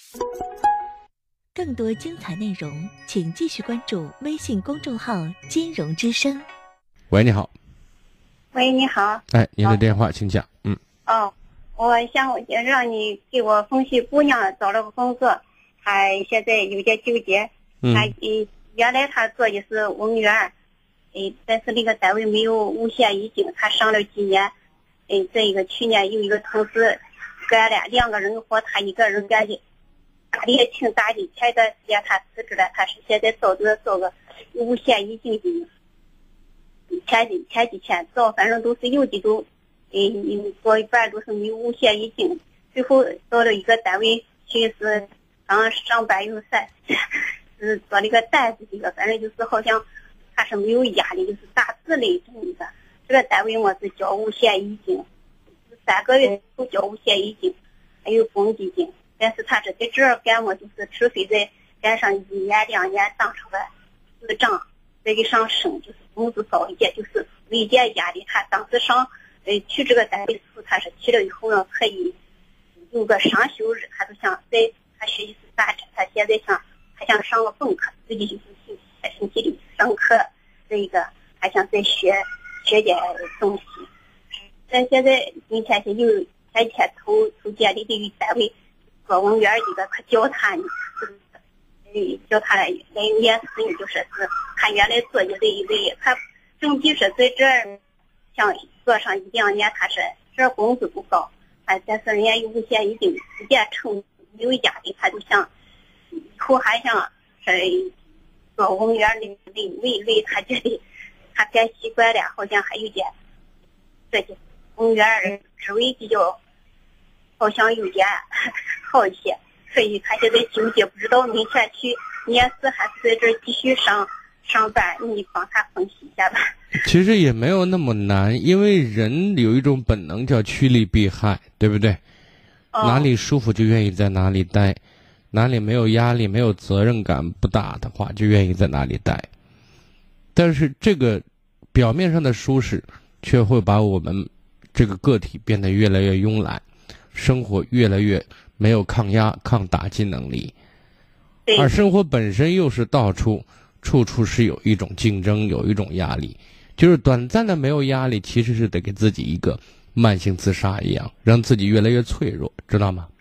更多精彩内容，请继续关注微信公众号“金融之声”。 喂，你好。 喂，你好。 哎，您的电话，请讲。 我想让你给我分析，姑娘找了个工作，她现在有点纠结。她原来她做的是文员，但是那个单位没有五险一金，她上了几年。这一个去年有一个同事干了2个人活，她一个人干的，打的也挺大的。前一段时间她辞职了，她是现在找个五险一金的。前几天找，反正都是有的都，做一半都是没有五险一金。最后到了一个单位去，是刚上班有是做了一个单子，反正就是好像他是没有压力，就是打字类这种的。这个单位我是交五险一金，3个月都交五险一金，还有公积金。但是他是在这儿干，我就是除非再干上1年2年当成个司长，再给上升，就是工资高一点，就是没点压力。他当时去这个单位时，他是去了以后呢，可以有个上休日，他就想在他学习是大职，他现在还想上个本科，自己就是星期六上课，这一个还想再学点东西。但现在今天前几天投简历的单位做文员这个，可叫他呢，叫他来面试，就是他原来做的这一类，他整体是在这儿想做上1、2年，他是这工资不高，但是人家有五险一金，时间成没有压力，他就想以后还想做文员的累，他觉得他干习惯了，好像还有点这些文员职位比较好像有点好一些，所以他现在纠结，不知道明天去面试还是在这儿继续上班，你帮他分析一下吧。 其实也没有那么难，因为人有一种本能叫趋利避害，对不对？哪里舒服就愿意在哪里待，哪里没有压力、没有责任感不大的话，就愿意在哪里待。但是这个表面上的舒适，却会把我们这个个体变得越来越慵懒，生活越来越没有抗压、抗打击能力。而生活本身又是处处是有一种竞争，有一种压力。就是短暂的没有压力，其实是得给自己一个慢性自杀一样，让自己越来越脆弱，知道吗？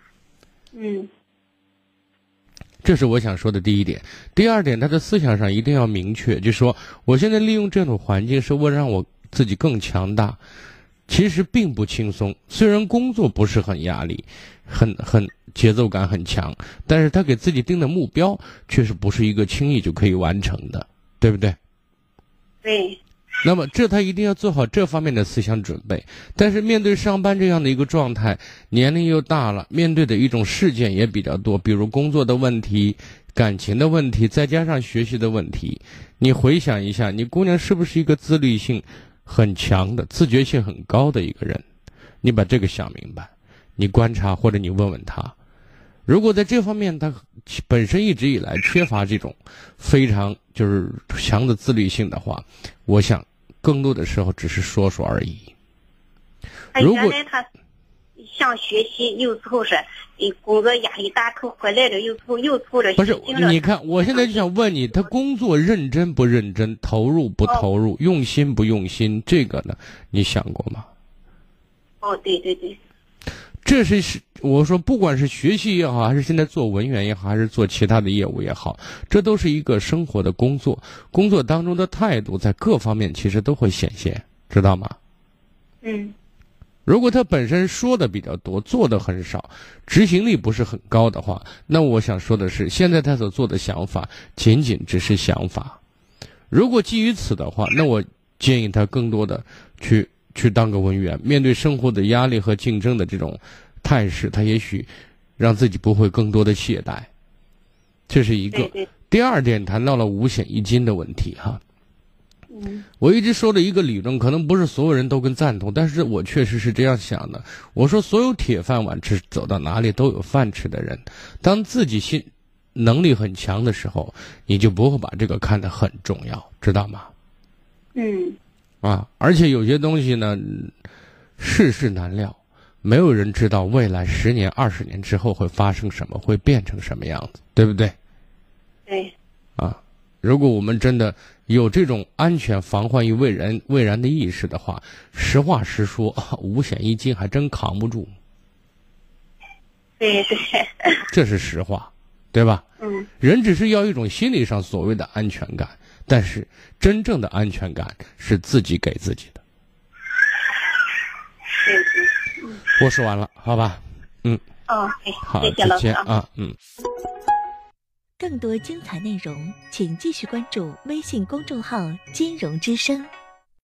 这是我想说的第一点。第二点，他的思想上一定要明确，就是说我现在利用这种环境是为了让我自己更强大，其实并不轻松。虽然工作不是很压力，很节奏感很强，但是他给自己定的目标确实不是一个轻易就可以完成的，对不对？ 对。 那么他一定要做好这方面的思想准备。但是面对上班这样的一个状态，年龄又大了，面对的一种事件也比较多，比如工作的问题、感情的问题，再加上学习的问题。你回想一下，你姑娘是不是一个自律性很强的、自觉性很高的一个人？你把这个想明白，你观察或者你问问她，如果在这方面她本身一直以来缺乏这种非常就是强的自律性的话，我想更多的时候只是说说而已。 原来他想学习，有时候是工作压力大，头回来了，有时候又错了。 不是，你看，我现在就想问你，他工作认真不认真，投入不投入，用心不用心，这个呢，你想过吗？ 对， 这是我说，不管是学习也好，还是现在做文员也好，还是做其他的业务也好，这都是一个生活的工作，工作当中的态度在各方面其实都会显现，知道吗？如果他本身说的比较多，做的很少，执行力不是很高的话，那我想说的是，现在他所做的想法仅仅只是想法。如果基于此的话，那我建议他更多的去当个文员，面对生活的压力和竞争的这种态势，他也许让自己不会更多的懈怠。这是一个。第二点，谈到了五险一金的问题哈。我一直说的一个理论，可能不是所有人都跟赞同，但是我确实是这样想的。我说，所有铁饭碗吃走到哪里都有饭吃的人，当自己能力很强的时候，你就不会把这个看得很重要，知道吗？而且有些东西呢，世事难料， 没有人知道未来10年、20年之后会发生什么，会变成什么样子，对不对？ 对。 啊，如果我们真的有这种安全防患于未然的意识的话，实话实说，5险1金还真扛不住。 对对， 这是实话，对吧？人只是要一种心理上所谓的安全感，但是真正的安全感是自己给自己的。 对对。 我说完了，好吧？好， 谢谢老师再见啊， 更多精彩内容，请继续关注微信公众号“金融之声”。